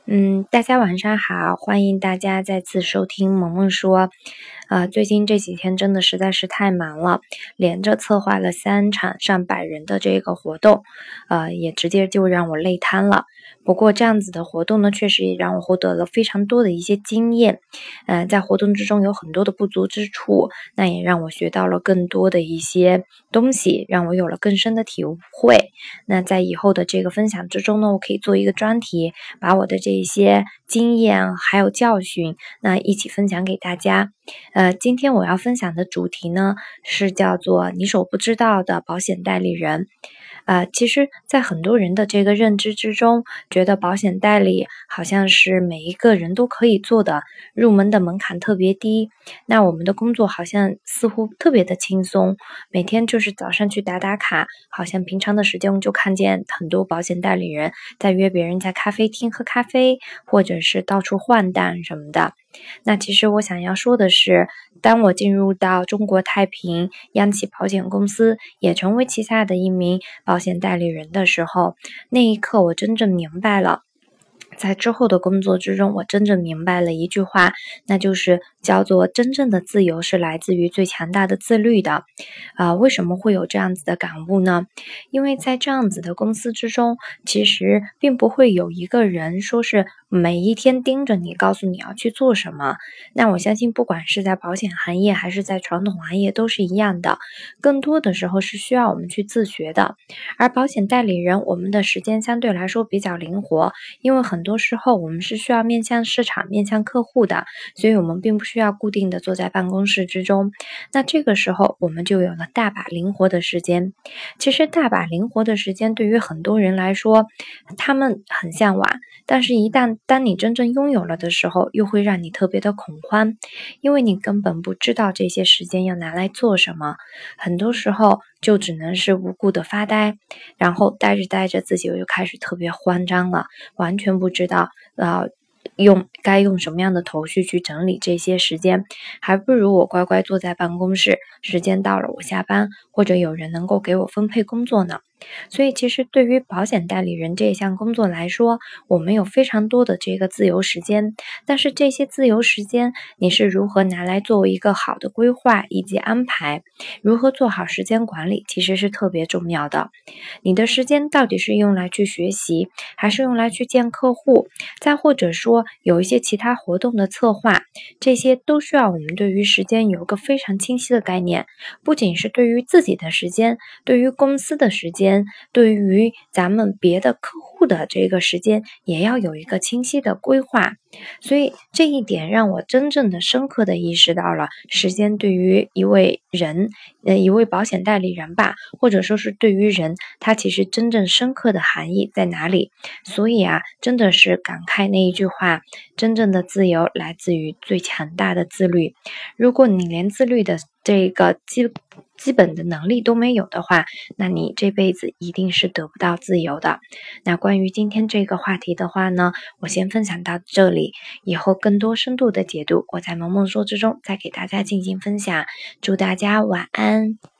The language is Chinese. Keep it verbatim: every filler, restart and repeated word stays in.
嗯，大家晚上好，欢迎大家再次收听萌萌说。呃，最近这几天真的实在是太忙了，连着策划了三场上百人的这个活动，呃，也直接就让我累瘫了。不过这样子的活动呢，确实也让我获得了非常多的一些经验。呃，在活动之中有很多的不足之处，那也让我学到了更多的一些东西，让我有了更深的体会。那在以后的这个分享之中呢，我可以做一个专题，把我的这些经验还有教训，那一起分享给大家。呃，今天我要分享的主题呢，是叫做你所不知道的保险代理人。呃，其实在很多人的这个认知之中，觉得保险代理好像是每一个人都可以做的，入门的门槛特别低。那我们的工作好像似乎特别的轻松，每天就是早上去打打卡，好像平常的时间就看见很多保险代理人在约别人在咖啡厅喝咖啡，或者是到处换单什么的。那其实我想要说的是，当我进入到中国太平央企保险公司，也成为旗下的一名保险代理人的时候，那一刻我真正明白了，在之后的工作之中，我真正明白了一句话，那就是叫做真正的自由是来自于最强大的自律的。啊、呃，为什么会有这样子的感悟呢？因为在这样子的公司之中，其实并不会有一个人说是每一天盯着你，告诉你要去做什么。那我相信，不管是在保险行业还是在传统行业都是一样的，更多的时候是需要我们去自学的。而保险代理人，我们的时间相对来说比较灵活，因为很多时候我们是需要面向市场、面向客户的，所以我们并不需要固定的坐在办公室之中。那这个时候我们就有了大把灵活的时间。其实大把灵活的时间对于很多人来说，他们很向往，但是一旦当你真正拥有了的时候，又会让你特别的恐慌，因为你根本不知道这些时间要拿来做什么。很多时候就只能是无故的发呆，然后呆着呆着自己就开始特别慌张了，完全不知道呃用该用什么样的头绪去整理这些时间，还不如我乖乖坐在办公室，时间到了我下班，或者有人能够给我分配工作呢。所以其实对于保险代理人这项工作来说，我们有非常多的这个自由时间，但是这些自由时间你是如何拿来作为一个好的规划以及安排，如何做好时间管理，其实是特别重要的。你的时间到底是用来去学习，还是用来去见客户，再或者说有一些其他活动的策划，这些都需要我们对于时间有一个非常清晰的概念，不仅是对于自己的时间，对于公司的时间，对于咱们别的客户的这个时间，也要有一个清晰的规划。所以这一点让我真正的深刻的意识到了，时间对于一位人，呃，一位保险代理人吧，或者说是对于人，他其实真正深刻的含义在哪里？所以啊，真的是感慨那一句话，真正的自由来自于最强大的自律。如果你连自律的这个基基本的能力都没有的话，那你这辈子一定是得不到自由的。那关于今天这个话题的话呢，我先分享到这里，以后更多深度的解读，我在萌萌说之中再给大家进行分享。祝大家晚安。